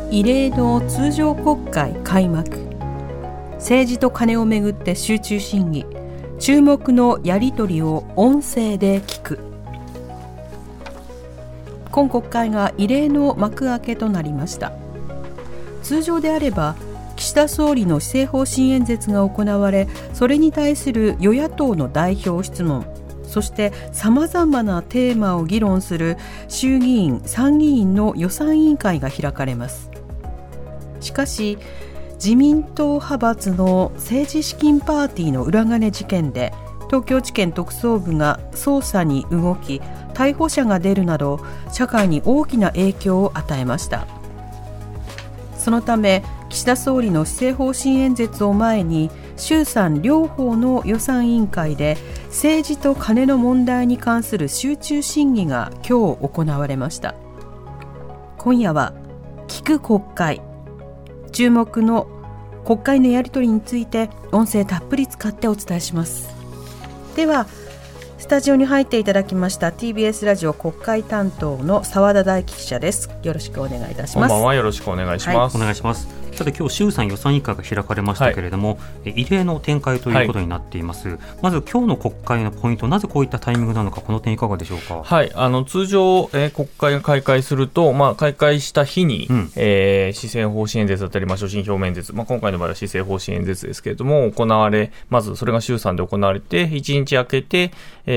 異例の通常国会開幕。政治とカネをめぐって集中審議。注目のやり取りを音声で聞く。今国会が異例の幕開けとなりました。通常であれば岸田総理の施政方針演説が行われ、それに対する与野党の代表質問、そしてさまざまなテーマを議論する衆議院参議院の予算委員会が開かれます。しかし自民党派閥の政治資金パーティーの裏金事件で東京地検特捜部が捜査に動き、逮捕者が出るなど社会に大きな影響を与えました。そのため岸田総理の施政方針演説を前に衆参両方の予算委員会で政治とカネの問題に関する集中審議が今日行われました。今夜は聞く国会、注目の国会のやり取りについて音声たっぷり使ってお伝えします。ではスタジオに入っていただきました TBS ラジオ国会担当の澤田大樹記者です。よろしくお願いいたします。 こんばんは、よろしくお願いします。 お願いします。さて今日衆参予算委員会が開かれましたけれども、異例の展開ということになっています。まず今日の国会のポイント、なぜこういったタイミングなのか、この点いかがでしょうか。 はい、通常、国会が開会すると、開会した日に、施政方針演説だったり、所信表明演説、今回の場合は施政方針演説ですけれども行われ、まずそれが衆参で行われて1日空けて、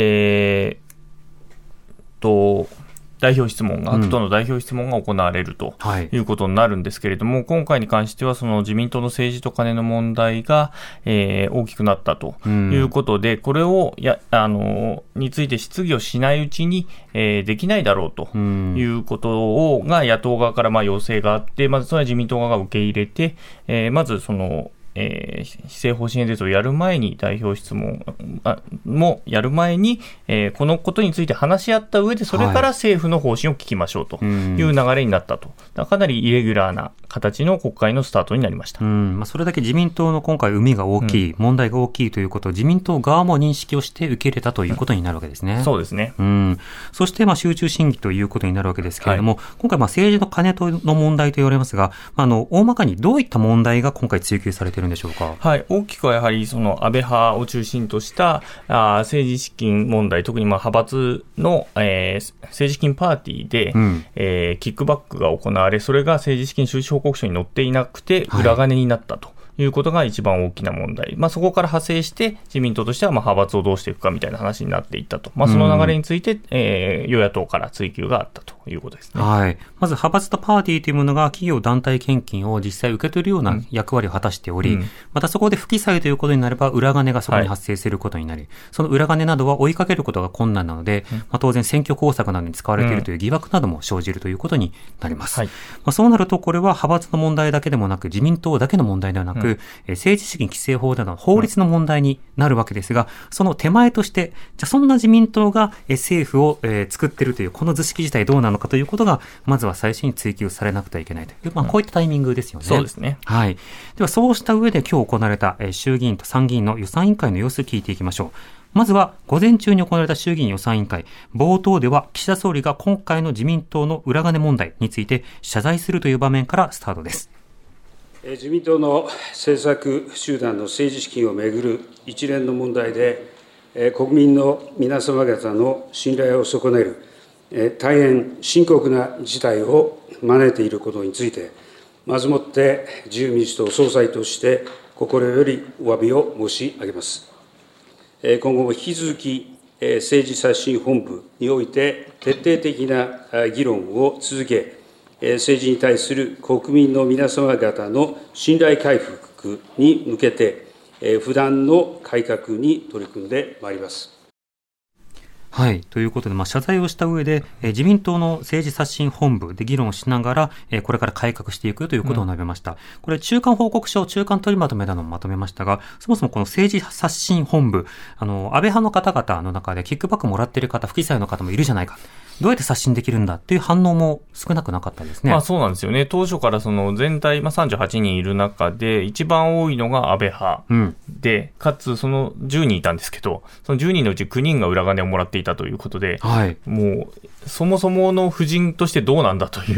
代表質問が、党の代表質問が行われるということになるんですけれども、今回に関してはその自民党の政治とカネの問題が、大きくなったということで、これをについて質疑をしないうちに、できないだろうということが野党側から要請があって、まずそれは自民党側が受け入れて、まずその施政方針演説をやる前に代表質問もやる前に、このことについて話し合った上で、それから政府の方針を聞きましょうという流れになったと。かなりイレギュラーな形の国会のスタートになりました。 それだけ自民党の今回海が大きい、問題が大きいということを自民党側も認識をして受け入れたということになるわけですね。 そうですね。 そして集中審議ということになるわけですけれども、今回政治のカネの問題と言われますが、大まかにどういった問題が今回追及されているんでしょうか。 はい、大きくはやはりその安倍派を中心とした政治資金問題、特に派閥の、政治資金パーティーで、キックバックが行われ、それが政治資金収支報告書に載っていなくて裏金になったということが一番大きな問題。そこから派生して自民党としては派閥をどうしていくかみたいな話になっていったと。その流れについて、与野党から追及があったということですね。 はい。まず派閥とパーティーというものが企業団体献金を実際受け取るような役割を果たしており、またそこで不記載ということになれば裏金がそこに発生することになり、その裏金などは追いかけることが困難なので、当然選挙工作などに使われているという疑惑なども生じるということになります。そうなるとこれは派閥の問題だけでもなく、自民党だけの問題ではなく、政治資金規正法などの法律の問題になるわけですが、その手前として、じゃあそんな自民党が政府を作っているというこの図式自体どうなのかということがまずは最初に追及されなくてはいけないという、こういったタイミングですよね。 そうですね。 はい。ではそうした上で今日行われた衆議院と参議院の予算委員会の様子を聞いていきましょう。まずは午前中に行われた衆議院予算委員会、冒頭では岸田総理が今回の自民党の裏金問題について謝罪するという場面からスタートです。 自民党の政策集団の政治資金をめぐる一連の問題で、国民の皆様方の信頼を損ねる大変深刻な事態を招いていることについて、まずもって自由民主党総裁として心よりお詫びを申し上げます。今後も引き続き政治刷新本部において徹底的な議論を続け、政治に対する国民の皆様方の信頼回復に向けて、不断の改革に取り組んでまいります。 はい。ということで、謝罪をした上で、自民党の政治刷新本部で議論をしながら、これから改革していくということを述べました。これ、中間報告書、中間取りまとめなどもまとめましたが、そもそもこの政治刷新本部、安倍派の方々の中でキックバックもらっている方、不記載の方もいるじゃないか。どうやって刷新できるんだっていう反応も少なくなかったですね。 そうなんですよね。当初からその全体、38人いる中で、一番多いのが安倍派で、かつその10人いたんですけど、その10人のうち9人が裏金をもらっていたということで、 はい、 もうそもそもの布陣としてどうなんだという、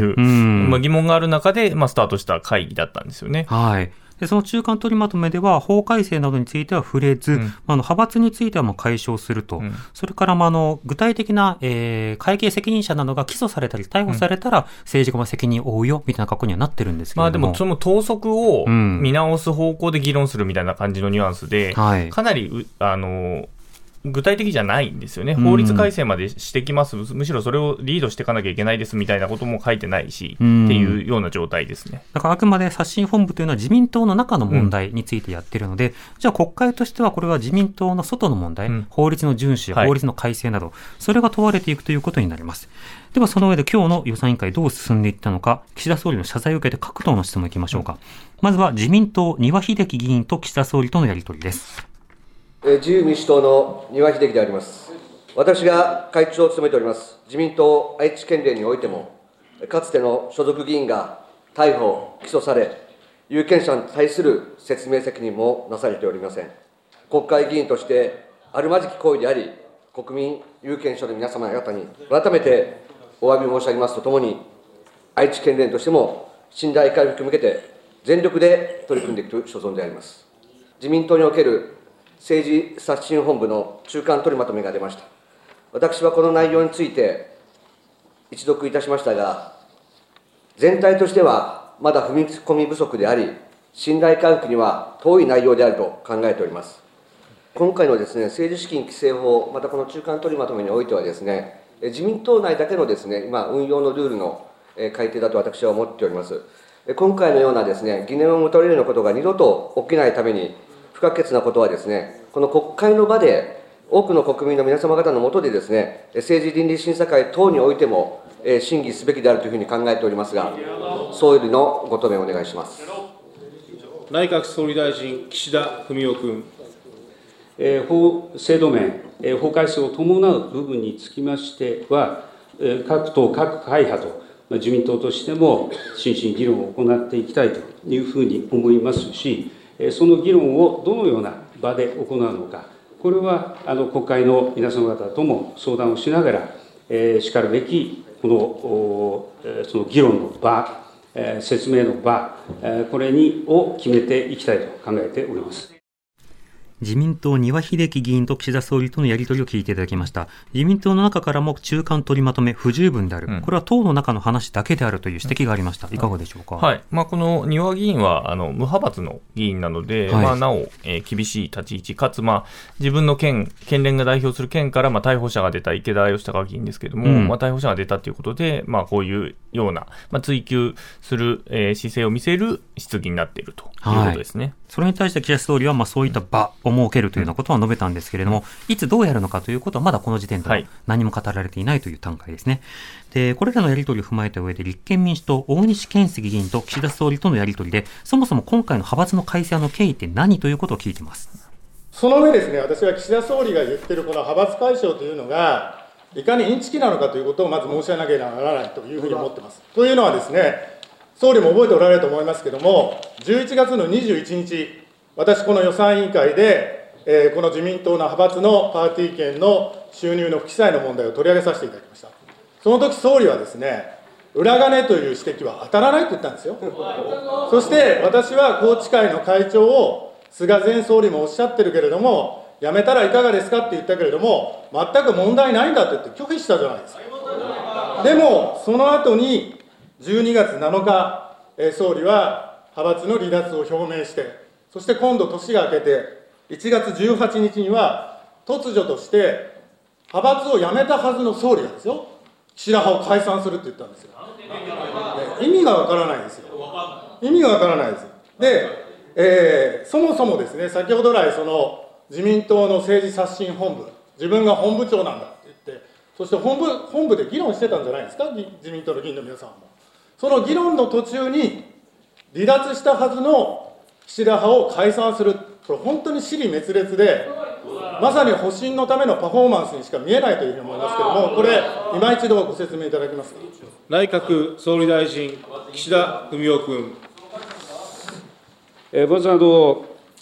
疑問がある中で、スタートした会議だったんですよね。 はい。でその中間取りまとめでは法改正などについては触れず、派閥については解消すると、それから具体的な、会計責任者などが起訴されたり逮捕されたら政治家も責任を負うよみたいな格好にはなってるんですけれども、 でもその党則を見直す方向で議論するみたいな感じのニュアンスで、かなり具体的じゃないんですよね。法律改正までしてきます、むしろそれをリードしていかなきゃいけないですみたいなことも書いてないし、っていうような状態ですね。 だからあくまで刷新本部というのは自民党の中の問題についてやってるので、じゃあ国会としてはこれは自民党の外の問題、法律の遵守、法律の改正など、それが問われていくということになります。ではその上で今日の予算委員会どう進んでいったのか、岸田総理の謝罪を受けて各党の質問いきましょうか。まずは自民党丹羽秀樹議員と岸田総理とのやり取りです。 自由民主党の丹羽秀樹であります。私が会長を務めております自民党愛知県連においても、かつての所属議員が逮捕・起訴され、有権者に対する説明責任もなされておりません。国会議員としてあるまじき行為であり、国民有権者の皆様方に改めてお詫び申し上げますとともに、愛知県連としても信頼回復に向けて全力で取り組んでいく所存であります。自民党における政治刷新本部の中間取りまとめが出ました。私はこの内容について一読いたしましたが、全体としてはまだ踏み込み不足であり、信頼回復には遠い内容であると考えております。今回の政治資金規正法、またこの中間取りまとめにおいては自民党内だけの今運用のルールの改定だと私は思っております。今回のような疑念を持たれるようなことが二度と起きないために、不可欠なことはこの国会の場で多くの国民の皆様方の下で政治倫理審査会等においても審議すべきであるというふうに考えておりますが、総理のご答弁をお願いします。 内閣総理大臣、岸田文雄君。法制度面、法改正を伴う部分につきましては、各党、各会派と自民党としても真摯に議論を行っていきたいというふうに思いますし、その議論をどのような場で行うのか、これは国会の皆様方とも相談をしながら、しかるべきその議論の場、説明の場、これを決めていきたいと考えております。 自民党丹羽秀樹議員と岸田総理とのやり取りを聞いていただきました。自民党の中からも中間取りまとめ不十分である、これは党の中の話だけであるという指摘がありました。いかがでしょうか。 はい。この丹羽議員は無派閥の議員なので、なお、厳しい立ち位置かつ、自分の県連が代表する県から、逮捕者が出た池田義孝議員ですけれども、逮捕者が出たということで、こういうような、追及する、姿勢を見せる質疑になっているということですね。 それに対して岸田総理はそういった場を設けるというようなことは述べたんですけれども、いつどうやるのかということはまだこの時点では何も語られていないという段階ですね。で、これらのやり取りを踏まえた上で立憲民主党大西健介議員と岸田総理とのやり取りで、そもそも今回の派閥の改正の経緯って何ということを聞いています。 その上私は岸田総理が言っているこの派閥解消というのがいかにインチキなのかということをまず申し上げなければならないというふうに思っています。というのは総理も覚えておられると思いますけれども、11月の21日、私、この予算委員会で、この自民党の派閥のパーティー券の収入の不記載の問題を取り上げさせていただきました。その時総理は裏金という指摘は当たらないと言ったんですよ。そして私は宏池会の会長を菅前総理もおっしゃってるけれども、辞めたらいかがですかって言ったけれども、全く問題ないんだと言って拒否したじゃないですか。でも、その後に12月7日、総理は派閥の離脱を表明して、そして今度年が明けて、1月18日には突如として派閥を辞めたはずの総理が岸田派を解散するって言ったんですよ。意味がわからないですよ。意味がわからないです。で、そもそも先ほど来自民党の政治刷新本部、自分が本部長なんだって言って、そして本部で議論してたんじゃないですか、自民党の議員の皆さんも。その議論の途中に離脱したはずの岸田派を解散する、これ本当に支離滅裂で、まさに保身のためのパフォーマンスにしか見えないというふうに思いますけれども、これ、今一度ご説明いただけますか。 内閣総理大臣、岸田文雄君。まず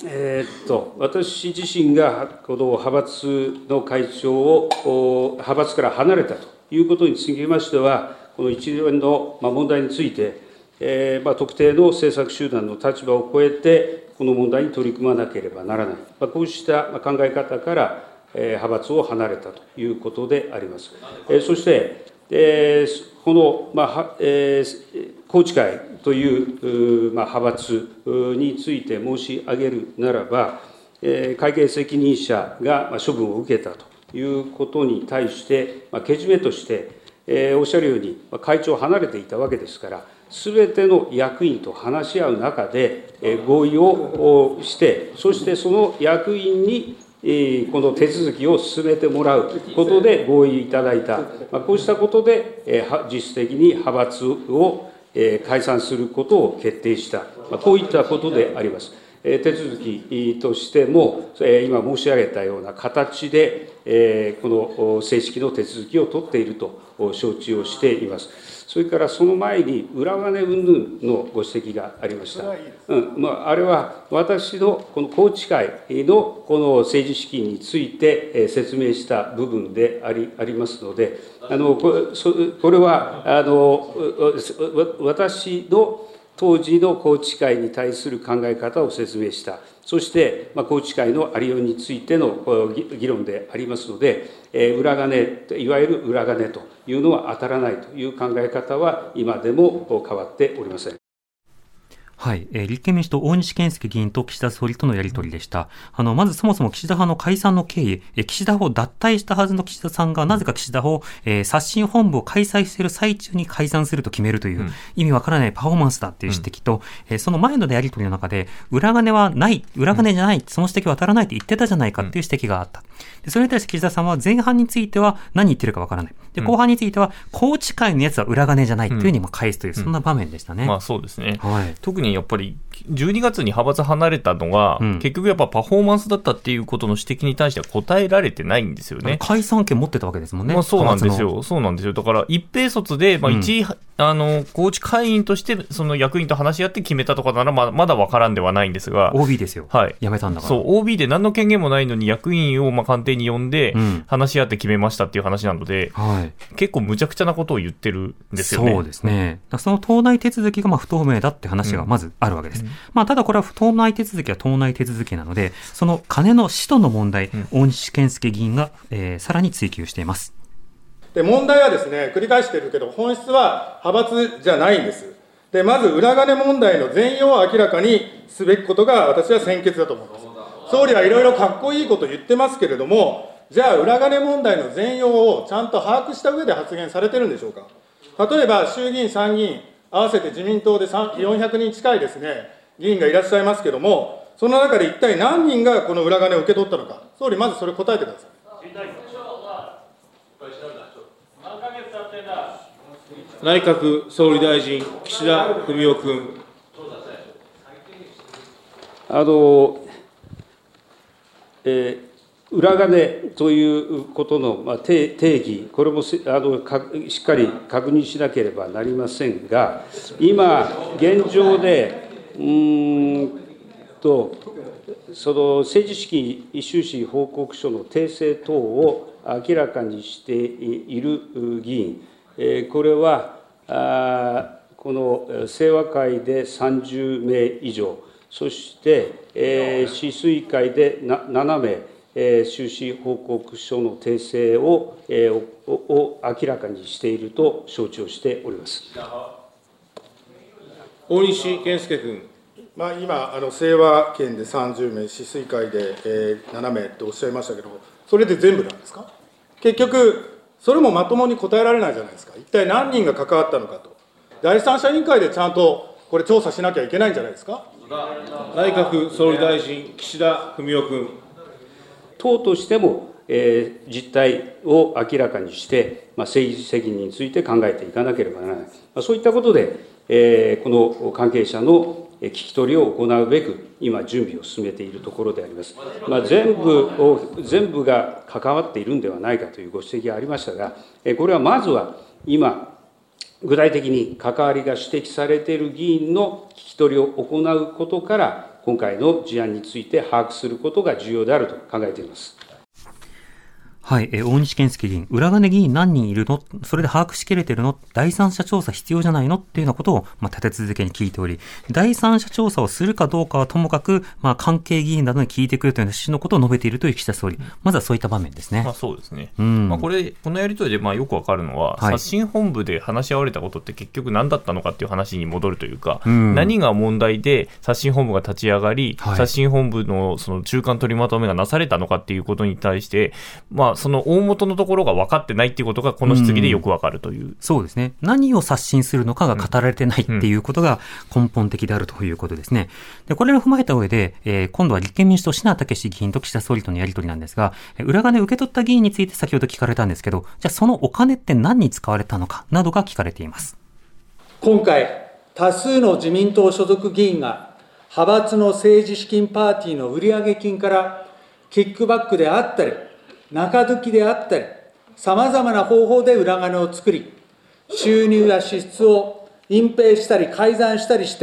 私自身がこの派閥の会長を派閥から離れたということにつきましては、この一連の問題について、特定の政策集団の立場を超えて、この問題に取り組まなければならない、こうした考え方から派閥を離れたということであります。そして、この宏池会という派閥について申し上げるならば、会計責任者が処分を受けたということに対して、けじめとして、おっしゃるように、会長を離れていたわけですから、すべての役員と話し合う中で合意をして、そしてその役員にこの手続きを進めてもらうことで合意いただいた、こうしたことで実質的に派閥を解散することを決定した、こういったことであります。手続きとしても、今申し上げたような形で、この正式の手続きを取っていると承知をしています。それからその前に、裏金云々のご指摘がありました。あれは私のこの宏池会のこの政治資金について説明した部分でありますので、これは私の当時の宏池会に対する考え方を説明した、そして、宏池会のありようについての議論でありますので、裏金、いわゆる裏金というのは当たらないという考え方は、今でも変わっておりません。 はい、立憲民主党大西健介議員と岸田総理とのやり取りでした。まずそもそも岸田派の解散の経緯、岸田派を脱退したはずの岸田さんがなぜか岸田派を、刷新本部を開催している最中に解散すると決めるという、意味わからないパフォーマンスだっていう指摘と、その前のやり取りの中で裏金はない、裏金じゃない、その指摘は当たらないと言ってたじゃないかっていう指摘があった。でそれに対して岸田さんは前半については何言ってるかわからない。で後半については宏池会のやつは裏金じゃないというふうに返すという、そんな場面でしたね。 そうですね。はい、特にやっぱり12月に派閥離れたのが、結局やっぱパフォーマンスだったっていうことの指摘に対しては答えられてないんですよね。 解散権持ってたわけですもんね。 そうなんですよ。そうなんですよ。だから一平卒で、一宏池会員としてその役員と話し合って決めたとかならまだ分からんではないんですが、 OB ですよ。はい。辞めたんだから。 そう、 OB で何の権限もないのに役員を官邸に呼んで話し合って決めましたっていう話なので、結構無茶苦茶なことを言ってるんですよね。 そうですね。その党内手続きが不透明だって話がまずあるわけです。ただこれは党内手続きは党内手続きなので、その金の使途の問題、大西健介議員が、さらに追及しています。 で問題はですね、繰り返しているけど、本質は派閥じゃないんです。でまず裏金問題の全容を明らかにすべきことが私は先決だと思います。総理はいろいろかっこいいこと言ってますけれども、じゃあ裏金問題の全容をちゃんと把握した上で発言されてるんでしょうか。例えば衆議院参議院合わせて自民党で400人近いですね議員がいらっしゃいますけれども、その中で一体何人がこの裏金を受け取ったのか、総理まずそれ答えてください。 内閣総理大臣、岸田文雄君。 裏金ということの定義、これもしっかり確認しなければなりませんが、今、現状で、その政治資金収支報告書の訂正等を明らかにしている議員、これはこの清和会で30名以上、そして止水会で7名、収支報告書の訂正を明らかにしていると承知をしております。 大西健介君。 今、清和県で30名、止水会で7名とおっしゃいましたけど、それで全部なんですか。結局、それもまともに答えられないじゃないですか。一体何人が関わったのかと、第三者委員会でちゃんとこれ、調査しなきゃいけないんじゃないですか。 内閣総理大臣、岸田文雄君。 党としても、実態を明らかにして、政治責任について考えていかなければならない、そういったことで、この関係者の聞き取りを行うべく、今、準備を進めているところであります。全部が関わっているんではないかというご指摘がありましたが、これはまずは今、具体的に関わりが指摘されている議員の聞き取りを行うことから今回の事案について把握することが重要であると考えています。 はい、大西健介議員、裏金議員何人いるの？それで把握しきれてるの？第三者調査必要じゃないの？っていうようなことを、立て続けに聞いており、第三者調査をするかどうかはともかく、関係議員などに聞いてくるという趣旨のことを述べているという岸田総理。まずはそういった場面ですね。 そうですね。このやりとりでよくわかるのは、刷新本部で話し合われたことって結局何だったのかっていう話に戻るというか、何が問題で刷新本部が立ち上がり、刷新本部のその中間取りまとめがなされたのかっていうことに対して、その大元のところが分かってないっていうことがこの質疑でよく分かるという、 そうですね。何を刷新するのかが語られてないっていうことが根本的であるということですね。で、これを踏まえた上で、今度は立憲民主党品武議員と岸田総理とのやり取りなんですが、裏金を受け取った議員について先ほど聞かれたんですけど、じゃあそのお金って何に使われたのかなどが聞かれています。 今回多数の自民党所属議員が派閥の政治資金パーティーの売上金からキックバックであったり中抜きであったり、さまざまな方法で裏金を作り、収入や支出を隠蔽したり改ざんしたりして、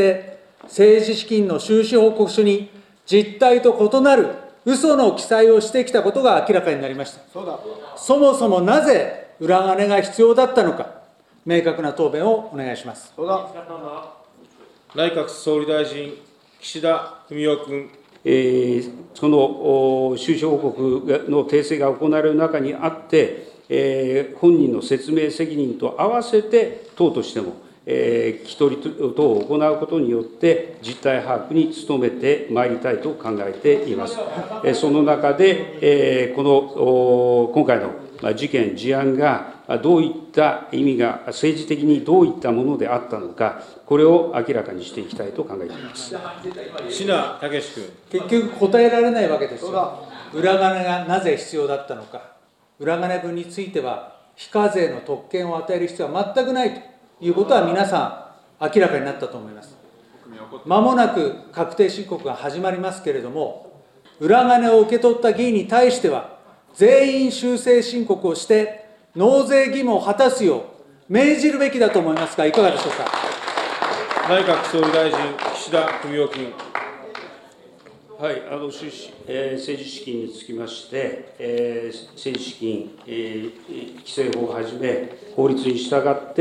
政治資金の収支報告書に実態と異なる嘘の記載をしてきたことが明らかになりました。そもそもなぜ裏金が必要だったのか、明確な答弁をお願いします。 内閣総理大臣、岸田文雄君。 その収支報告の訂正が行われる中にあって、本人の説明責任と合わせて、党としても、聞き取り等を行うことによって、実態把握に努めてまいりたいと考えています。その中で、今回の事件、事案がどういった意味が、政治的にどういったものであったのか、これを明らかにしていきたいと考えています。 品武君。 結局答えられないわけですよ。裏金がなぜ必要だったのか。裏金分については、非課税の特権を与える必要は全くないということは皆さん明らかになったと思います。まもなく確定申告が始まりますけれども、裏金を受け取った議員に対しては、全員修正申告をして、納税義務を果たすよう命じるべきだと思いますが、いかがでしょうか。 内閣総理大臣、岸田文雄君。 はい、政治資金につきまして、政治資金、規正法をはじめ、法律に従って、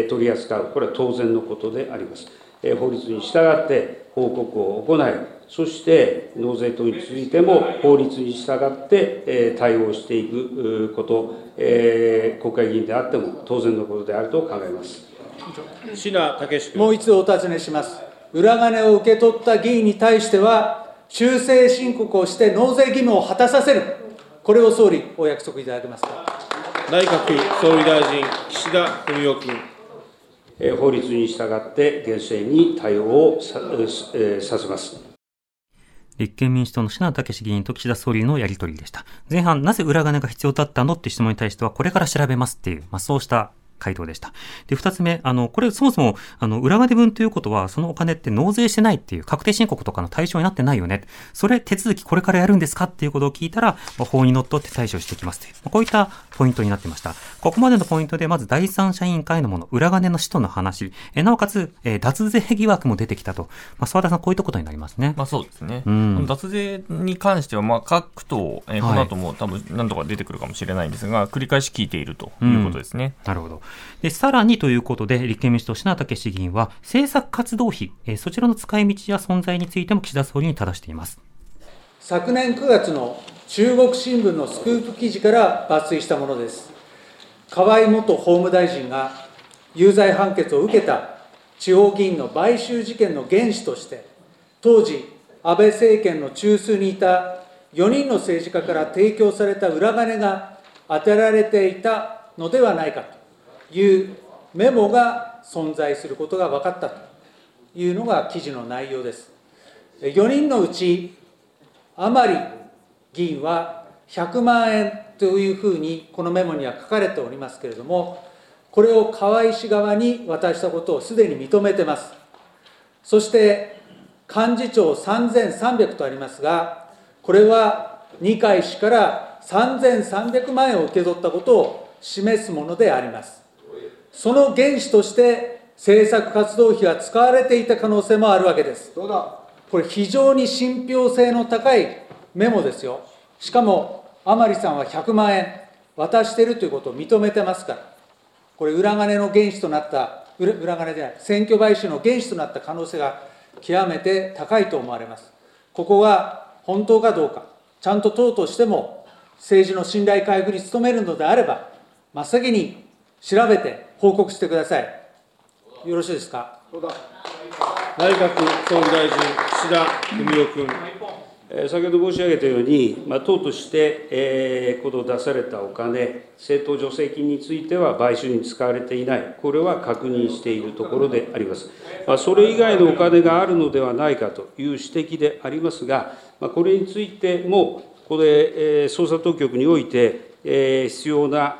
取り扱う、これは当然のことであります。法律に従って報告を行い、そして納税等についても法律に従って対応していくこと、国会議員であっても当然のことであると考えます。 品武君。 もう一度お尋ねします。裏金を受け取った議員に対しては、修正申告をして納税義務を果たさせる、これを総理、お約束いただけますか。 内閣総理大臣、岸田文雄君。 法律に従って厳正に対応をさせます。 立憲民主党の品武議員と岸田総理のやり取りでした。前半、なぜ裏金が必要だったのって質問に対しては、これから調べますっていう、そうした回答でした。で、二つ目、これそもそも、裏金分ということは、そのお金って納税してないっていう、確定申告とかの対象になってないよね。それ手続きこれからやるんですかっていうことを聞いたら、法にのっとって対処していきますという、こういったポイントになってました。ここまでのポイントで、まず第三者委員会のもの、裏金の使途の話、なおかつ、脱税疑惑も出てきたと。澤田さん、こういったことになりますね。 そうですね。脱税に関しては、各党、この後も多分何とか出てくるかもしれないんですが、繰り返し聞いているということですね。 なるほど。で、さらにということで、立憲民主党、品武議員は、政策活動費、そちらの使い道や存在についても岸田総理に正しています。 昨年9月の中国新聞のスクープ記事から抜粋したものです。河井元法務大臣が有罪判決を受けた地方議員の買収事件の原資として、当時、安倍政権の中枢にいた4人の政治家から提供された裏金が当てられていたのではないかというメモが存在することが分かったというのが記事の内容です。4人のうち、甘利議員は100万円というふうにこのメモには書かれておりますけれども、これを河井氏側に渡したことをすでに認めています。そして幹事長3300とありますが、これは二階氏から3300万円を受け取ったことを示すものであります。その原資として政策活動費が使われていた可能性もあるわけです。 これ非常に信憑性の高いメモですよ。しかも甘利さんは100万円渡しているということを認めてますから、これ裏金の原資となった、裏金じゃない、選挙買収の原資となった可能性が極めて高いと思われます。ここが本当かどうか、ちゃんと党としても政治の信頼回復に努めるのであれば、真っ先に調べて報告してください。よろしいですか。 内閣総理大臣、岸田文雄君。 先ほど申し上げたように、党として、この出されたお金、政党助成金については買収に使われていない、これは確認しているところであります。それ以外のお金があるのではないかという指摘でありますが、これについても、これ、捜査当局において、必要な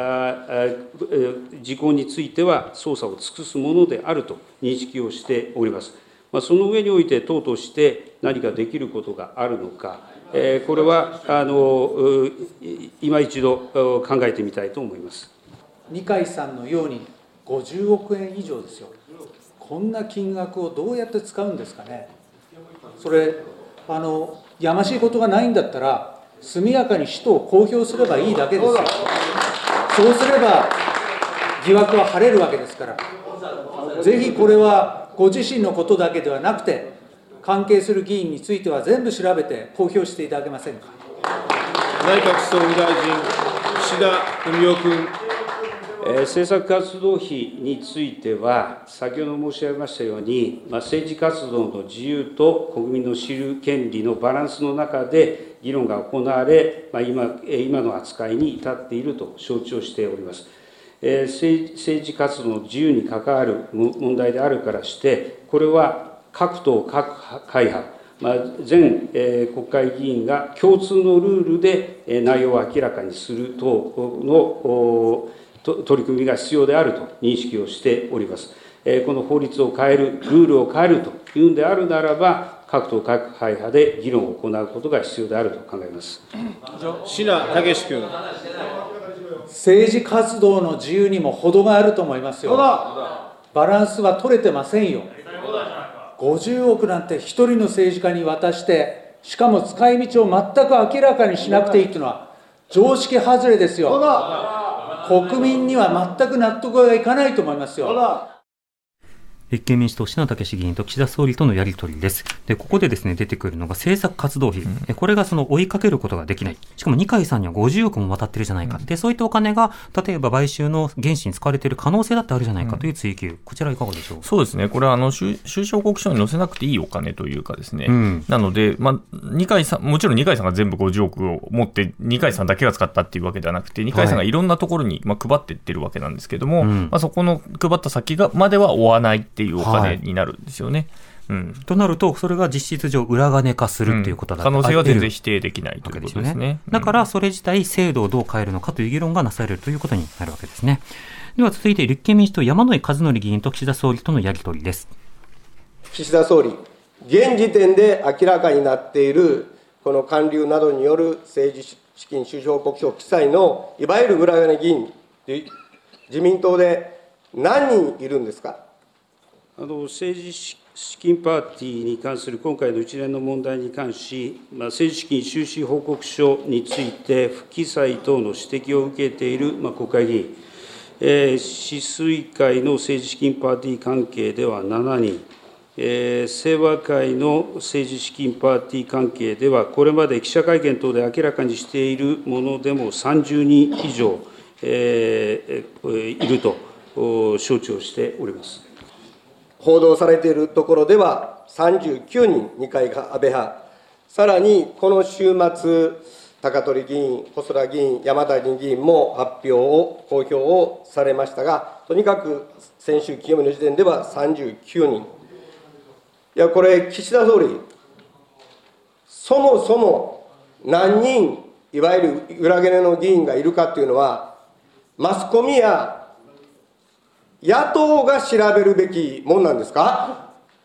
事項については、捜査を尽くすものであると認識をしております。その上において、党として何かできることがあるのか、これは今一度考えてみたいと思います。 二階さんのように50億円以上ですよ。こんな金額をどうやって使うんですかね。それやましいことがないんだったら、速やかに使途を公表すればいいだけですよ。そうすれば疑惑は晴れるわけですから、ぜひこれはご自身のことだけではなくて、関係する議員については全部調べて公表していただけませんか。 内閣総理大臣、岸田文雄君。 政策活動費については、先ほど申し上げましたように、政治活動の自由と国民の知る権利のバランスの中で議論が行われ、今の扱いに至っていると承知をしております。政治活動の自由に関わる問題であるからして、これは各党、各会派、全国会議員が共通のルールで内容を明らかにする等の取り組みが必要であると認識をしております。この法律を変える、ルールを変えるというんであるならば、各党、各会派で議論を行うことが必要であると考えます。 椎名武君。 政治活動の自由にも程があると思いますよ。バランスは取れてませんよ。50億なんて一人の政治家に渡して、しかも使い道を全く明らかにしなくていいというのは常識外れですよ。国民には全く納得がいかないと思いますよ。 立憲民主党、篠田議員と岸田総理とのやり取りです。で、ここでですね、出てくるのが政策活動費。これが追いかけることができない。しかも二階さんには50億も渡ってるじゃないか。で、そういったお金が、例えば買収の原資に使われている可能性だってあるじゃないかという追及。こちらいかがでしょう。 そうですね。これは収支報告書に載せなくていいお金というかですね。なので、二階さん、もちろん二階さんが全部50億を持って、二階さんだけが使ったっていうわけではなくて、二階さんがいろんなところに配っていってるわけなんですけども、そこの配った先までは追わないっていうお金になるんですよね。 となると、それが実質上裏金化するということだと、 可能性は全然否定できないということですね。 だから、それ自体、制度をどう変えるのかという議論がなされるということになるわけですね。では続いて、立憲民主党、山井和則議員と岸田総理とのやり取りです。 岸田総理、現時点で明らかになっている、この官僚などによる政治資金収支報告書記載のいわゆる裏金議員、自民党で何人いるんですか。 政治資金パーティーに関する今回の一連の問題に関し、政治資金収支報告書について不記載等の指摘を受けている国会議員、治水会の政治資金パーティー関係では7人、清和会の政治資金パーティー関係では、これまで記者会見等で明らかにしているものでも30人以上、いると承知をしております。 報道されているところでは39人、二階派、安倍派、さらにこの週末、高取議員、細田議員、山谷議員も発表を、公表をされましたが、とにかく先週金曜日の時点では39人。いや、これ、岸田総理、そもそも何人、いわゆる裏金の議員がいるかというのは、マスコミや野党が調べるべきもんなんですか。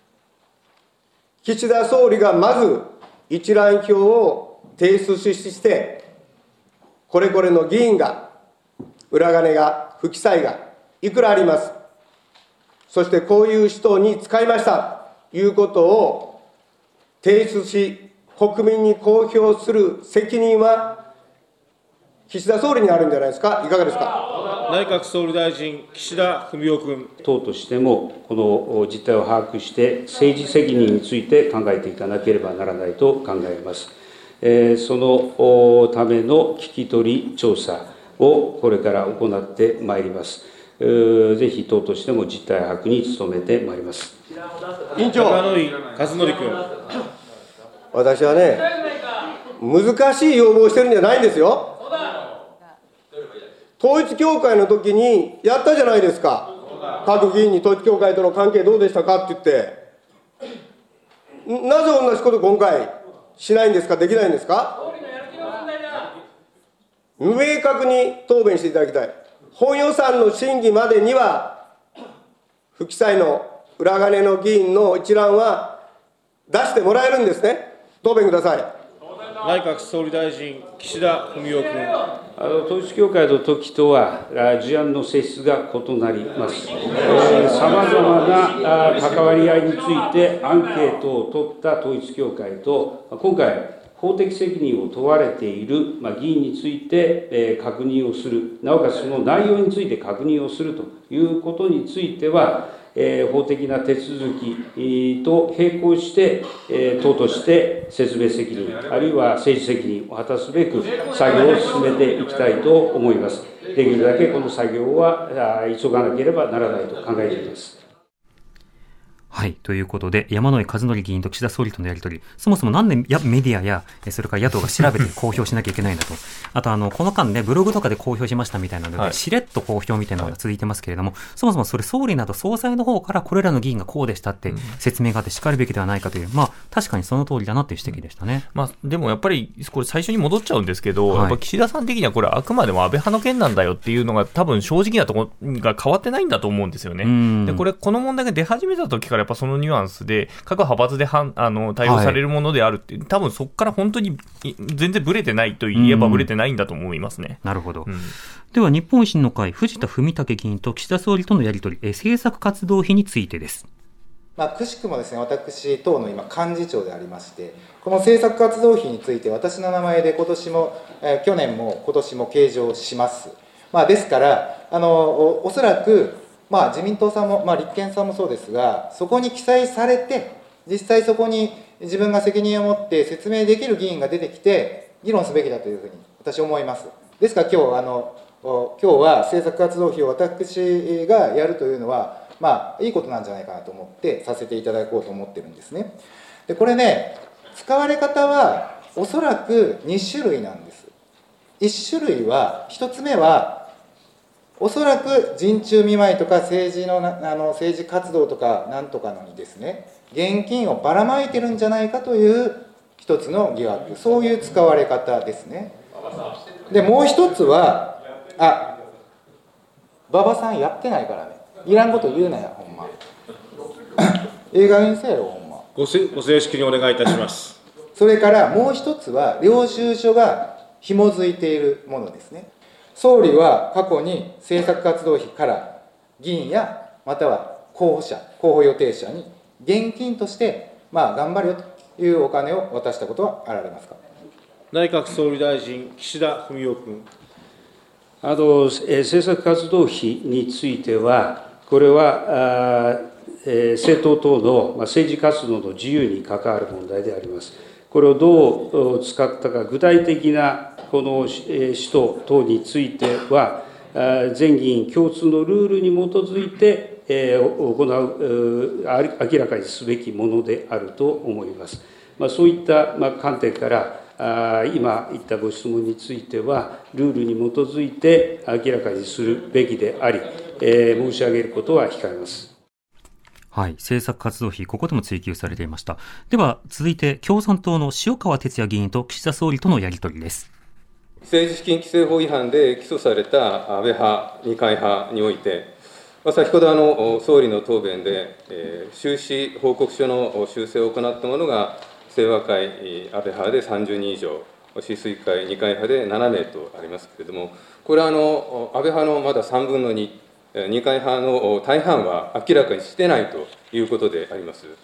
岸田総理がまず一覧表を提出して、これこれの議員が、裏金が、不記載がいくらあります。そしてこういう人に使いましたということを提出し、国民に公表する責任は、岸田総理にあるんじゃないですか、いかがですか。 内閣総理大臣、岸田文雄君。 党としても、この実態を把握して、政治責任について考えていかなければならないと考えます。そのための聞き取り調査をこれから行ってまいります。ぜひ党としても実態把握に努めてまいります。 委員長、 山井和則君。 私はね、難しい要望をしてるんじゃないんですよ。統一教会の時にやったじゃないですか。各議員に統一教会との関係どうでしたかって言って、なぜ同じこと今回しないんですか、できないんですか。明確に答弁していただきたい。本予算の審議までには、不記載の裏金の議員の一覧は出してもらえるんですね。答弁ください。 内閣総理大臣、岸田文雄君。 統一教会の時とは事案の性質が異なります。さまざまな関わり合いについてアンケートを取った統一教会と、今回、法的責任を問われている議員について確認をする、なおかつその内容について確認をするということについては、法的な手続きと並行して、党として説明責任、あるいは政治責任を果たすべく作業を進めていきたいと思います。できるだけこの作業は急がなければならないと考えています。 はい。ということで、山井和則議員と岸田総理とのやり取り、そもそもなんでメディアや、それから野党が調べて公表しなきゃいけないんだと。あと、この間ね、ブログとかで公表しましたみたいなので、はい、しれっと公表みたいなのが続いてますけれども、そもそもそれ総理など総裁の方からこれらの議員がこうでしたって説明があって叱るべきではないかという、確かにその通りだなという指摘でしたね。 でもやっぱり、これ最初に戻っちゃうんですけど、やっぱ岸田さん的にはこれあくまでも安倍派の件なんだよっていうのが多分正直なところが変わってないんだと思うんですよね。で、この問題が出始めた時からやっぱそのニュアンスで各派閥で対応されるものであるって、多分そこから本当に全然ブレてないと言えばブレてないんだと思いますね。 なるほど。では日本維新の会藤田文武議員と岸田総理とのやり取り、政策活動費についてです。 くしくもですね、私党の今幹事長でありまして、この政策活動費について私の名前で今年も、去年も今年も計上します。ですからおそらく自民党さんも、立憲さんもそうですが、そこに記載されて、実際そこに自分が責任を持って説明できる議員が出てきて、議論すべきだというふうに私は思います。ですから今日は政策活動費を私がやるというのは、いいことなんじゃないかなと思ってさせていただこうと思ってるんですね。で、これね、使われ方はおそらく2種類なんです。1種類は、1つ目は、おそらく陣中見舞いとか政治活動とかなんとかのにですね、現金をばらまいてるんじゃないかという一つの疑惑、そういう使われ方ですね。で、もう一つは、馬場さんやってないからね、いらんこと言うなよ、ほんま。映画にせよ、ほんま。 ご正式にお願いいたします。 それからもう一つは、領収書が紐づいているものですね。総理は過去に政策活動費から議員やまたは候補予定者に現金として頑張るよというお金を渡したことはあられますか。 内閣総理大臣、岸田文雄君。 政策活動費については、これは政党等の政治活動の自由に関わる問題であります。これをどう使ったか、具体的なこの使途等については、全議員共通のルールに基づいて行う、明らかにすべきものであると思います。そういった観点から、今言ったご質問については、ルールに基づいて明らかにするべきであり、申し上げることは控えます。 はい、政策活動費、ここでも追及されていました。では、続いて共産党の塩川鉄也議員と岸田総理とのやり取りです。 政治資金規正法違反で起訴された安倍派、二階派において、先ほど総理の答弁で、収支報告書の修正を行ったものが、清和会、安倍派で30人以上、志水会、二階派で7名とありますけれども、これは安倍派のまだ3分の2、二階派の大半は明らかにしてないということであります。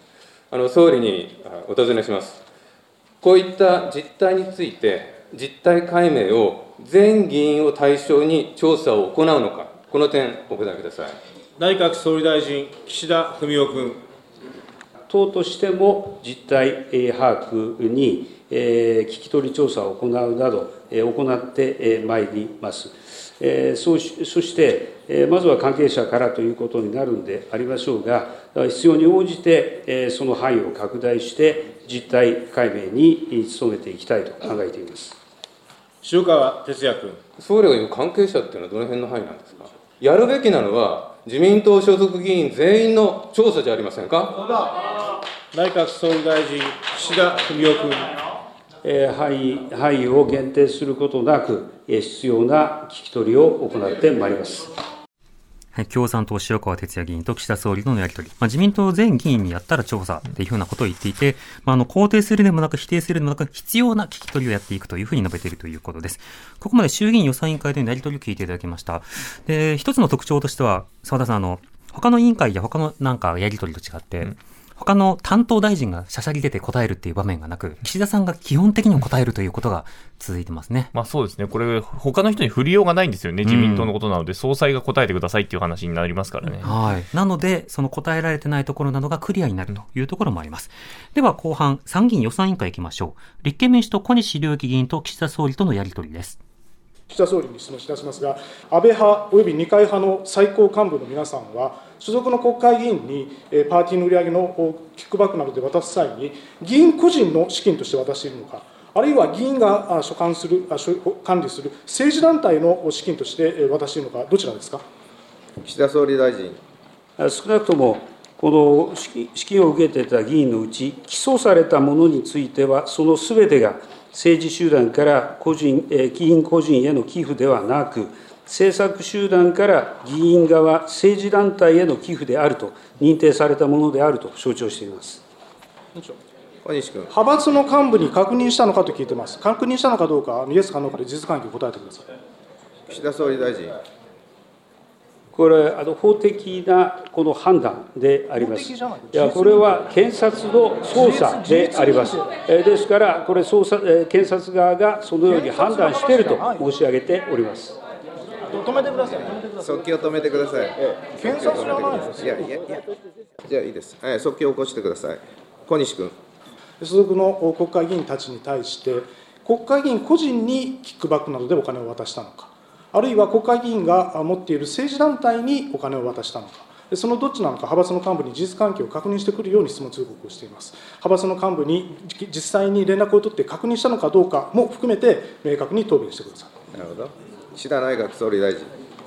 総理にお尋ねします。こういった実態について、実態解明を全議員を対象に調査を行うのか、この点、お答えください。 内閣総理大臣、岸田文雄君。 党としても実態把握に聞き取り調査を行うなど行ってまいります。そして、まずは関係者からということになるんでありましょうが、必要に応じてその範囲を拡大して、実態解明に努めていきたいと考えています。 塩川鉄也君。 総理が言う関係者っていうのはどの辺の範囲なんですか。やるべきなのは、自民党所属議員全員の調査じゃありませんか。 内閣総理大臣、岸田文雄君。 範囲を限定することなく、必要な聞き取りを行ってまいります。 はい、共産党塩川鉄也議員と岸田総理のやり取り、自民党全議員にやったら調査っていうふうなことを言っていて、肯定するでもなく否定するでもなく必要な聞き取りをやっていくというふうに述べているということです。ここまで衆議院予算委員会でのやり取りを聞いていただきました。で、一つの特徴としては澤田さん、他の委員会や他のやり取りと違って、他の担当大臣がしゃしゃり出て答えるっていう場面がなく、岸田さんが基本的に答えるということが続いてますね。 そうですね。これ、他の人に振りようがないんですよね。自民党のことなので、総裁が答えてくださいっていう話になりますからね。 はい。なので、その答えられてないところなどがクリアになるというところもあります。では、後半、参議院予算委員会行きましょう。立憲民主党小西良樹議員と岸田総理とのやり取りです。 岸田総理に質問いたしますが、安倍派および二階派の最高幹部の皆さんは、所属の国会議員にパーティーの売り上げのキックバックなどで渡す際に、議員個人の資金として渡しているのか、あるいは議員が管理する政治団体の資金として渡しているのか、どちらですか。 岸田総理大臣。 少なくとも、この資金を受けていた議員のうち、起訴されたものについては、そのすべてが政治集団から議員個人への寄付ではなく、政策集団から議員側、政治団体への寄付であると認定されたものであると承知をしています。 小西君。 派閥の幹部に確認したのかと聞いています。確認したのかどうか、イエスかノーかで事実関係を答えてください。 岸田総理大臣。 これ、法的なこの判断であります。いや、これは検察の捜査であります。ですから、これ検察側がそのように判断していると申し上げております。 止めてください。 速記を止めてください。 検察じゃないです。 じゃあいいです。速記を起こしてください。小西君。 所属の国会議員たちに対して、国会議員個人にキックバックなどでお金を渡したのか、あるいは国会議員が持っている政治団体にお金を渡したのか、そのどっちなのか、派閥の幹部に事実関係を確認してくるように質問通告をしています。派閥の幹部に実際に連絡を取って確認したのかどうかも含めて、明確に答弁してください。 なるほど。岸田内閣総理大臣。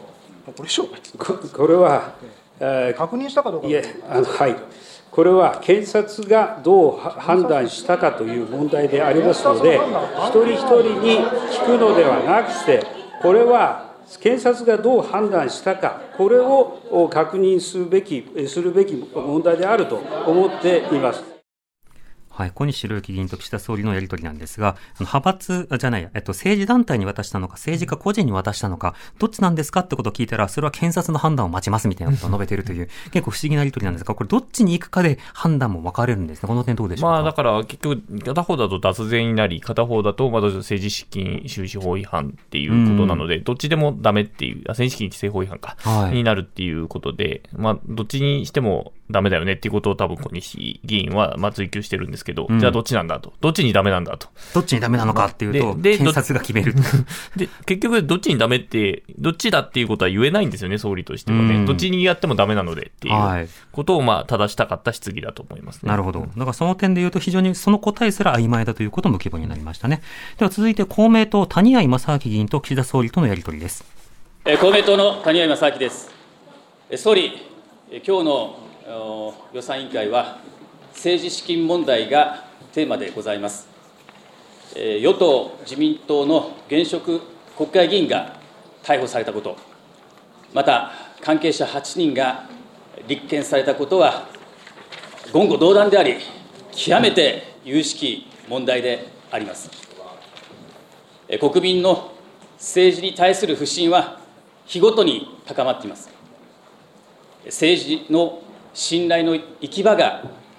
これは、 確認したかどうか。 はい。これは検察がどう判断したかという問題でありますので、一人一人に聞くのではなくして、これは検察がどう判断したか、これを確認するべき問題であると思っています。 はい、小西良樹議員と岸田総理のやり取りなんですが、派閥じゃない、政治団体に渡したのか、政治家個人に渡したのか、どっちなんですかってことを聞いたら、それは検察の判断を待ちますみたいなことを述べているという、結構不思議なやり取りなんですが、これどっちに行くかで判断も分かれるんですね。この点どうでしょうか。 だから結局、片方だと脱税になり、片方だと政治資金収支法違反っていうことなので、どっちでもダメっていう、政治資金規正法違反か、になるっていうことで、どっちにしてもダメだよねっていうことを多分小西議員は追及してるんですけど、じゃあどっちなんだと、どっちにダメなんだと、 どっちにダメなのかっていうと、検察が決めるで、結局どっちにダメって、どっちだっていうことは言えないんですよね、総理としてはね。どっちにやってもダメなのでっていうことを正したかった質疑だと思いますね。 なるほど。だからその点で言うと、非常にその答えすら曖昧だということも規模になりましたね。では続いて公明党谷合正明議員と岸田総理とのやり取りです。 公明党の谷合正明です。総理、今日の予算委員会は政治資金問題がテーマでございます。与党自民党の現職国会議員が逮捕されたこと、また関係者8人が立件されたことは言語道断であり、極めて有識問題であります。国民の政治に対する不信は日ごとに高まっています。政治の信頼の行き場が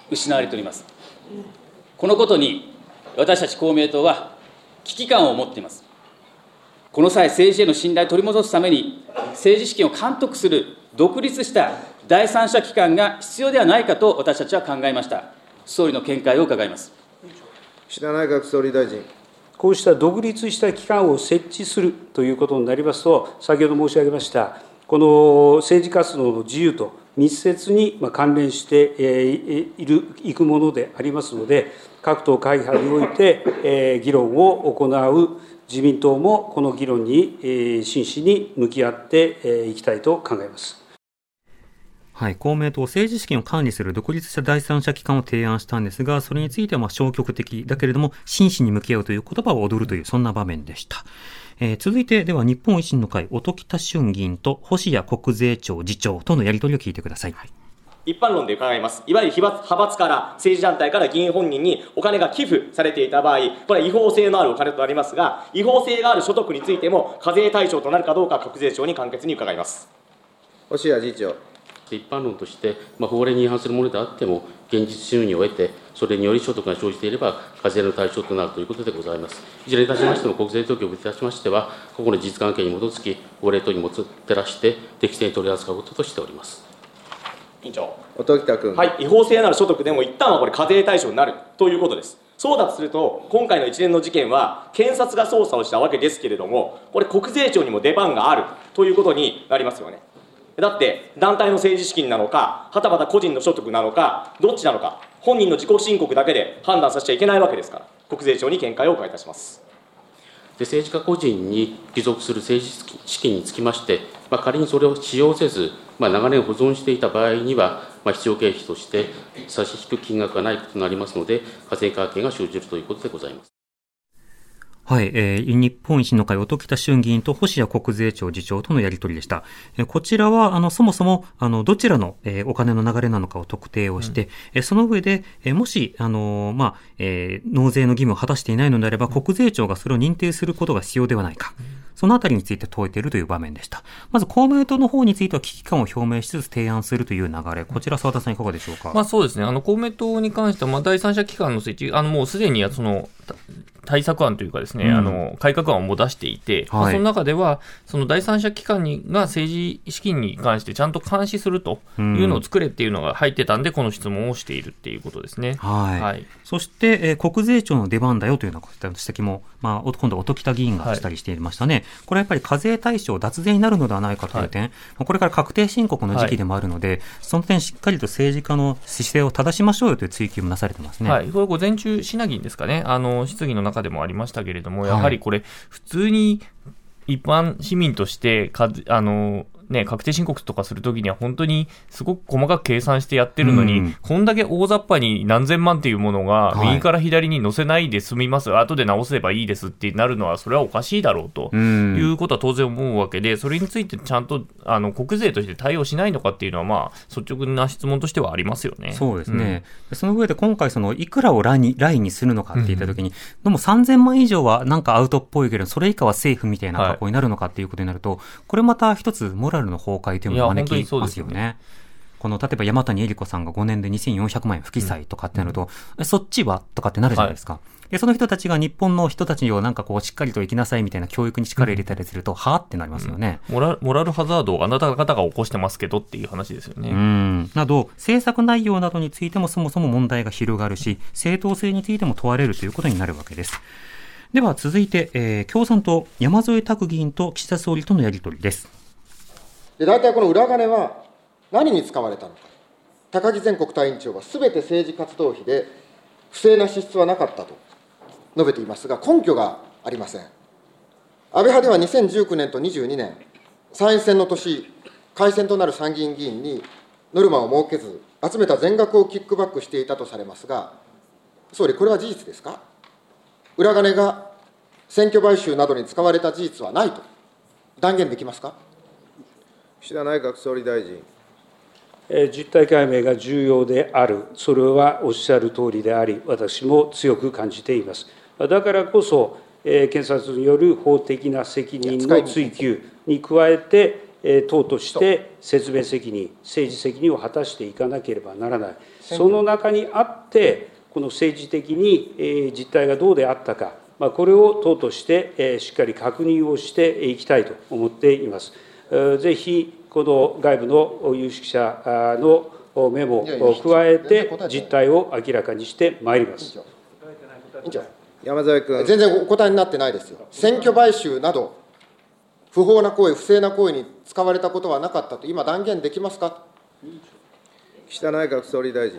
失われております。このことに私たち公明党は危機感を持っています。この際、政治への信頼を取り戻すために、政治資金を監督する独立した第三者機関が必要ではないかと私たちは考えました。総理の見解を伺います。 岸田内閣総理大臣。 こうした独立した機関を設置するということになりますと、先ほど申し上げました、この政治活動の自由と密接に関連していくものでありますので、各党会派において議論を行う、自民党もこの議論に真摯に向き合っていきたいと考えます。 はい、公明党、政治資金を管理する独立した第三者機関を提案したんですが、それについては消極的だけれども、真摯に向き合うという言葉を踊るという、そんな場面でした。続いて、では日本維新の会、音喜多駿議員と星谷国税庁次長とのやり取りを聞いてください。 一般論で伺います。いわゆる派閥から政治団体から議員本人にお金が寄付されていた場合、これは違法性のあるお金となりますが、違法性がある所得についても課税対象となるかどうか、国税庁に簡潔に伺います。 星谷次長。 一般論として、法令に違反するものであっても、現実収入を得て、それにより所得が生じていれば、課税の対象となるということでございます。いずれにいたしましても、国税当局にいたしましては、個々の事実関係に基づき、法令等に照らして、適正に取り扱うこととしております。 委員長。 音喜多君。 はい、違法性のある所得でも、一旦はこれ、課税対象になるということです。そうだとすると、今回の一連の事件は、検察が捜査をしたわけですけれども、これ、国税庁にも出番があるということになりますよね。だって団体の政治資金なのか、はたまた個人の所得なのか、どっちなのか、本人の自己申告だけで判断させちゃいけないわけですから、国税庁に見解をお伺いいたします。 で、政治家個人に帰属する政治資金につきまして、仮にそれを使用せず、長年保存していた場合には、必要経費として差し引く金額がないこととなりますので、課税関係が生じるということでございます。 はい、日本維新の会、音喜多駿議員と星谷国税庁次長とのやり取りでした。こちらは、そもそも、どちらの、お金の流れなのかを特定をして、その上で、もし、納税の義務を果たしていないのであれば、国税庁がそれを認定することが必要ではないか。そのあたりについて問えているという場面でした。まず、公明党の方については危機感を表明しつつ提案するという流れ。こちら、澤田さんいかがでしょうか。 そうですね。公明党に関しては、第三者機関の設置、もうすでに、対策案というかですね、改革案をも出していて、その中では、その第三者機関が政治資金に関してちゃんと監視するというのを作れっていうのが入ってたんで、この質問をしているっていうことですね。 はい。そして、国税庁の出番だよというような指摘も、今度、音喜多議員がしたりしていましたね。これはやっぱり課税対象、脱税になるのではないかという点、これから確定申告の時期でもあるので、その点しっかりと政治家の姿勢を正しましょうよという追及もなされてますね。 はい。これ午前中、品議員ですかね、質疑の中でもありましたけれども、やはりこれ、普通に一般市民として確定申告とかするときには本当にすごく細かく計算してやってるのに、こんだけ大雑把に何千万っていうものが右から左に載せないで済みます、後で直せばいいですってなるのはそれはおかしいだろうということは当然思うわけで、それについてちゃんと国税として対応しないのかっていうのは率直な質問としてはありますよね。 そうですね。その上で今回いくらをラインにするのかって言ったときに、でも3000万以上はなんかアウトっぽいけど、それ以下はセーフみたいな格好になるのかっていうことになると、これまた一つモラルの崩壊というものを招きますよね。例えば山谷恵理子さんが5年で2400万円不記載とかってなると、そっちはとかってなるじゃないですか。で、その人たちが日本の人たちをしっかりと生きなさいみたいな教育に力入れたりすると、はぁってなりますよね。 モラルハザードをあなた方が起こしてますけどっていう話ですよね。 など、政策内容などについてもそもそも問題が広がるし、正当性についても問われるということになるわけです。では続いて、共産党山添拓議員と岸田総理とのやり取りです。 大体この裏金は何に使われたのか。高木前国対委員長はすべて政治活動費で不正な支出はなかったと述べていますが、根拠がありません。安倍派では2019年と22年、参院選の年、改選となる参議院議員にノルマを設けず、集めた全額をキックバックしていたとされますが、総理、これは事実ですか。裏金が選挙買収などに使われた事実はないと断言できますか。 岸田内閣総理大臣。 実態解明が重要である、それはおっしゃる通りであり、私も強く感じています。だからこそ、検察による法的な責任の追及に加えて、 党として説明責任、政治責任を果たしていかなければならない、その中にあって、この政治的に実態がどうであったか、これを党としてしっかり確認をしていきたいと思っています。ぜひ、この外部の有識者のメモを加えて、実態を明らかにしてまいります。 山添君。全然お答えになってないですよ。選挙買収など、不法な行為、不正な行為に使われたことはなかったと、今、断言できますか。 岸田内閣総理大臣。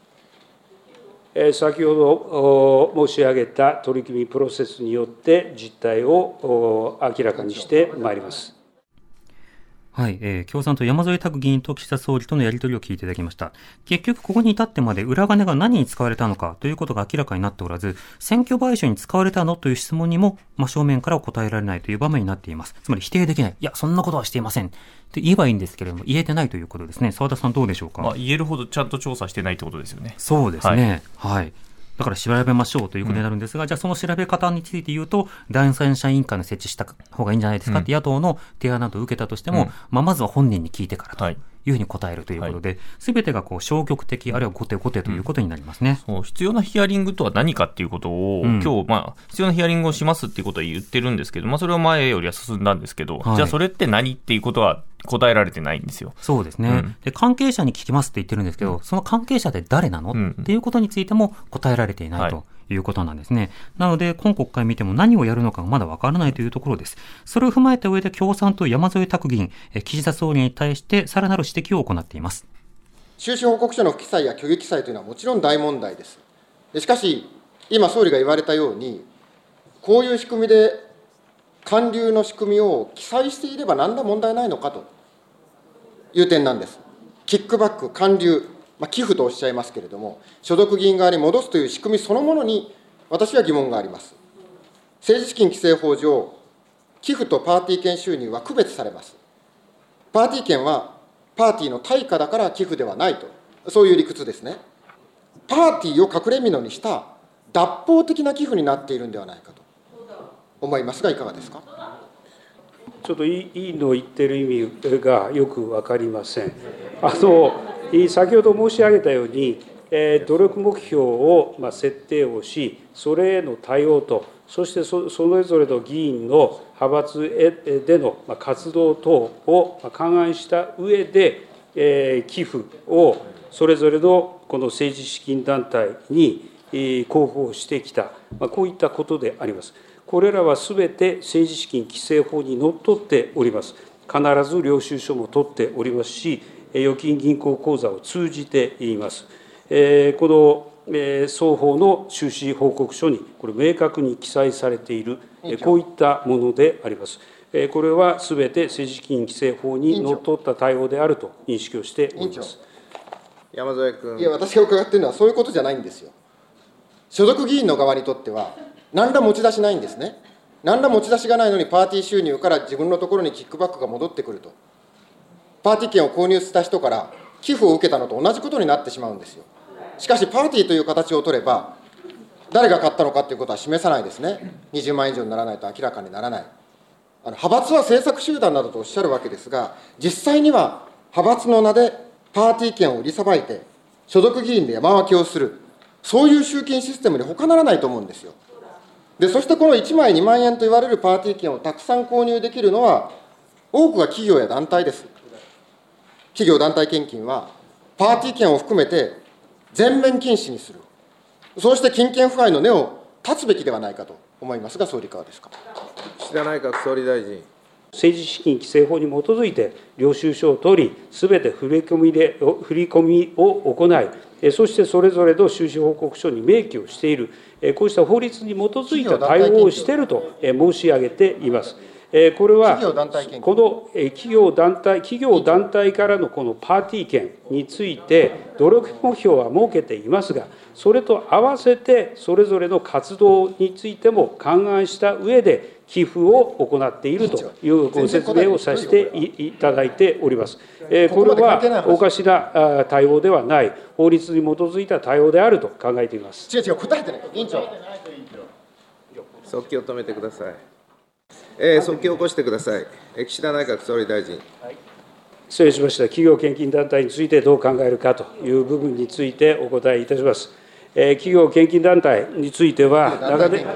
先ほど申し上げた取り組み、プロセスによって実態を明らかにしてまいります。 はい、共産党山添拓議員と岸田総理とのやり取りを聞いていただきました。結局ここに至ってまで裏金が何に使われたのかということが明らかになっておらず、選挙買収に使われたのという質問にも真正面から答えられないという場面になっています。つまり否定できない。いや、そんなことはしていません。って言えばいいんですけれども、言えてないということですね。澤田さんどうでしょうか。 言えるほどちゃんと調査してないということですよね。 そうですね。はい。だから調べましょうということになるんですが、じゃあその調べ方について言うと、第三者委員会の設置した方がいいんじゃないですかって野党の提案などを受けたとしても、まずは本人に聞いてからというふうに答えるということで、すべてが消極的、あるいは後手後手ということになりますね。 そう、必要なヒアリングとは何かっていうことを、今日、必要なヒアリングをしますっていうことは言ってるんですけど、それは前よりは進んだんですけど、じゃあそれって何っていうことは答えられてないんですよ。 そうですね。で、関係者に聞きますって言ってるんですけど、その関係者って誰なの、っていうことについても答えられていないと。いうことなんですね。なので、今国会見ても何をやるのかがまだわからないというところです。それを踏まえた上で共産党山添拓議員、岸田総理に対してさらなる指摘を行っています。 収支報告書の不記載や虚偽記載というのはもちろん大問題です。しかし、今総理が言われたように、こういう仕組みで還流の仕組みを記載していれば何ら問題ないのかという点なんです。キックバック、還流、寄付とおっしゃいますけれども、所属議員側に戻すという仕組みそのものに、私は疑問があります。政治資金規正法上、寄付とパーティー券収入は区別されます。パーティー券はパーティーの対価だから寄付ではないと、そういう理屈ですね。パーティーを隠れ蓑にした脱法的な寄付になっているんではないかと思いますが、いかがですか。 ちょっと委員の言ってる意味がよく分かりません。先ほど申し上げたように、努力目標を設定をし、それへの対応と、そしてそれぞれの議員の派閥での活動等を勘案した上で、寄付をそれぞれのこの政治資金団体に交付をしてきた、こういったことであります。これらはすべて政治資金規正法にのっとっております。必ず領収書も取っておりますし、預金銀行口座を通じています。この双方の収支報告書にこれ明確に記載されている、こういったものであります。これはすべて政治資金規正法にのっとった対応であると認識をしております。 山添君。 いや、私が伺っているのはそういうことじゃないんですよ。所属議員の側にとっては、何ら持ち出しないんですね。何ら持ち出しがないのに、パーティー収入から自分のところにキックバックが戻ってくると。パーティー券を購入した人から寄付を受けたのと同じことになってしまうんですよ。しかし、パーティーという形を取れば、誰が買ったのかということは示さないですね。20万円以上にならないと明らかにならない。派閥は政策集団などとおっしゃるわけですが、実際には派閥の名でパーティー券を売りさばいて、所属議員で山分けをする、そういう集金システムに他ならないと思うんですよ。で、そしてこの1枚2万円と言われるパーティー券をたくさん購入できるのは、多くが企業や団体です。企業団体献金は、パーティー券を含めて全面禁止にする。そうして金権腐敗の根を断つべきではないかと思いますが、総理いかがですか。 岸田内閣総理大臣。 政治資金規正法に基づいて領収書を取り、すべて振り込みを行い、そしてそれぞれの収支報告書に明記をしている、こうした法律に基づいた対応をしていると申し上げています。これは、この企業団体からのこのパーティー券について、努力目標は設けていますが、それと合わせて、それぞれの活動についても勘案した上で、寄付を行っているというご説明をさせていただいております。これはおかしな対応ではない、法律に基づいた対応であると考えています。 答えてない、委員長。 速記を止めてください。 早期起こしてください。岸田内閣総理大臣。 失礼しました。企業献金団体についてどう考えるかという部分についてお答えいたします。企業献金団体については、長年、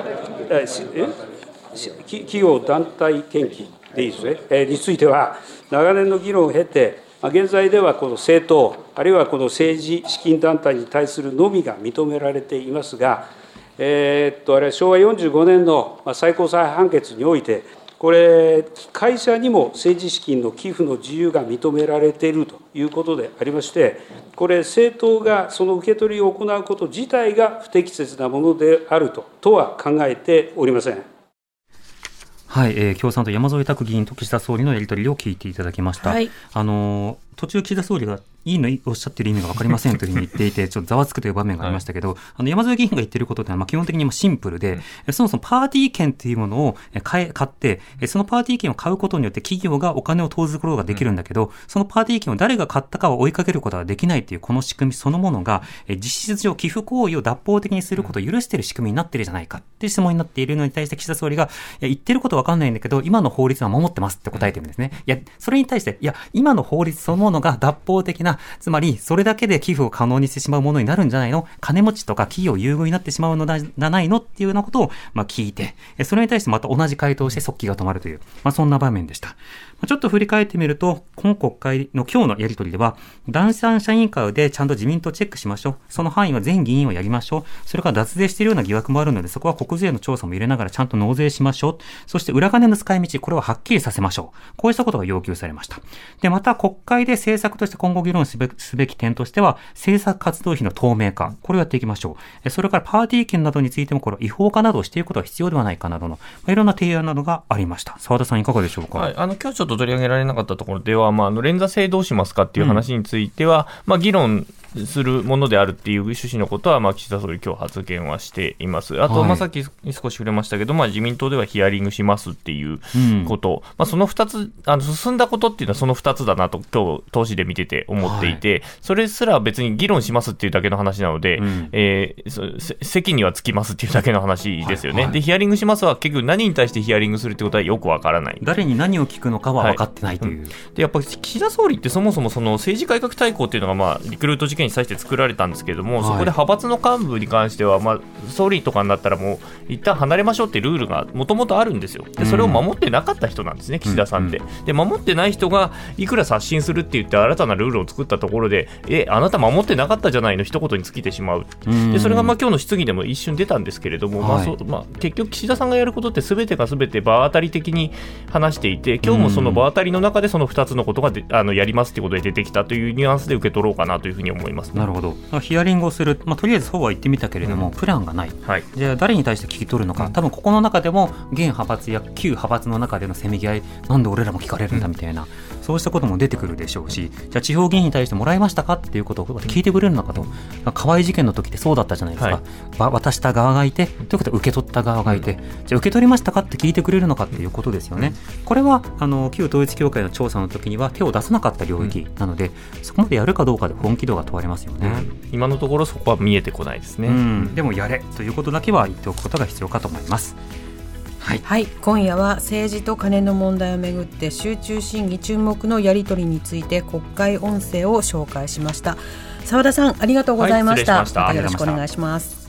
企業団体献金でいいですね、については、長年の議論を経て、現在ではこの政党、あるいはこの政治資金団体に対するのみが認められていますが、あれ昭和45年の最高裁判決において、これ、会社にも政治資金の寄付の自由が認められているということでありまして、これ、政党がその受け取りを行うこと自体が不適切なものであるとは考えておりません。 はい、共産党山添拓議員と岸田総理のやり取りを聞いていただきました。はい、途中岸田総理がいいのおっしゃってる意味が分かりませんというふうに言っていて、ちょっとざわつくという場面がありましたけど、山添議員が言っていることというのは基本的にシンプルで、そもそもパーティー券というものを買って、そのパーティー券を買うことによって企業がお金を投ずることができるんだけど、そのパーティー券を誰が買ったかを追いかけることができないというこの仕組みそのものが、実質上寄付行為を脱法的にすることを許している仕組みになっているじゃないかっていう質問になっているのに対して岸田総理が、言ってること分かんないんだけど、今の法律は守ってますって答えてるんですね。いや、それに対して、今の法律そのものが脱法的な、つまりそれだけで寄付を可能にしてしまうものになるんじゃないの、金持ちとか企業優遇になってしまうのじゃないのっていうようなことを聞いて、それに対してまた同じ回答をして速記が止まるという、そんな場面でした。ちょっと振り返ってみると、今国会の今日のやり取りでは、第三者委員会でちゃんと自民党チェックしましょう。その範囲は全議員をやりましょう。それから脱税しているような疑惑もあるので、そこは国税の調査も入れながらちゃんと納税しましょう。そして裏金の使い道、これははっきりさせましょう。こうしたことが要求されました。で、また国会で政策として今後議論すべき点としては、政策活動費の透明化、これをやっていきましょう。それからパーティー券などについても、これ違法化などをしていくことは必要ではないかなどの、いろんな提案などがありました。澤田さんいかがでしょうか。 はい、今日ちょっと取り上げられなかったところでは、連座制どうしますかっていう話については、議論するものであるっていう趣旨のことは、岸田総理今日発言はしています。あと、さっき少し触れましたけど、自民党ではヒアリングしますっていうこと、その2つ進んだことっていうのはその2つだなと今日党首で見てて思っていて、それすら別に議論しますっていうだけの話なので、席にはつきますっていうだけの話ですよね。でヒアリングしますは結局何に対してヒアリングするってことはよくわからない。 誰に何を聞くのかは分かってないという。 でやっぱり岸田総理ってそもそもその政治改革大綱っていうのがリクルート事件に際して作られたんですけれども、そこで派閥の幹部に関しては、総理とかになったらもう一旦離れましょうっていうルールがもともとあるんですよ。でそれを守ってなかった人なんですね、岸田さんって。で守ってない人がいくら刷新するって言って新たなルールを作ったところで、あなた守ってなかったじゃないの一言に尽きてしまう。でそれが今日の質疑でも一瞬出たんですけれども、結局岸田さんがやることって全てが全て場当たり的に話していて、今日もその場当たりの中でその2つのことがやりますということで出てきたというニュアンスで受け取ろうかなというふうに思います、 なるほど。ヒアリングをする、とりあえずそうは言ってみたけれども、プランがない、じゃあ誰に対して聞き取るのか、多分ここの中でも現派閥や旧派閥の中でのせめぎ合い、なんで俺らも聞かれるんだみたいな、そうしたことも出てくるでしょうし、じゃあ地方議員に対してもらいましたかっていうことを聞いてくれるのかと。河井事件の時ってそうだったじゃないですか、渡した側がいて、ということは受け取った側がいて、じゃあ受け取りましたかって聞いてくれるのかっていうことですよね。これは旧統一教会の調査の時には手を出さなかった領域なので、そこまでやるかどうかで本気度が問われますよね。 今のところそこは見えてこないですね。 でもやれということだけは言っておくことが必要かと思います。 はい、今夜は政治と金の問題をめぐって集中審議注目のやり取りについて国会音声を紹介しました。澤田さんありがとうございました。またよろしくお願いします。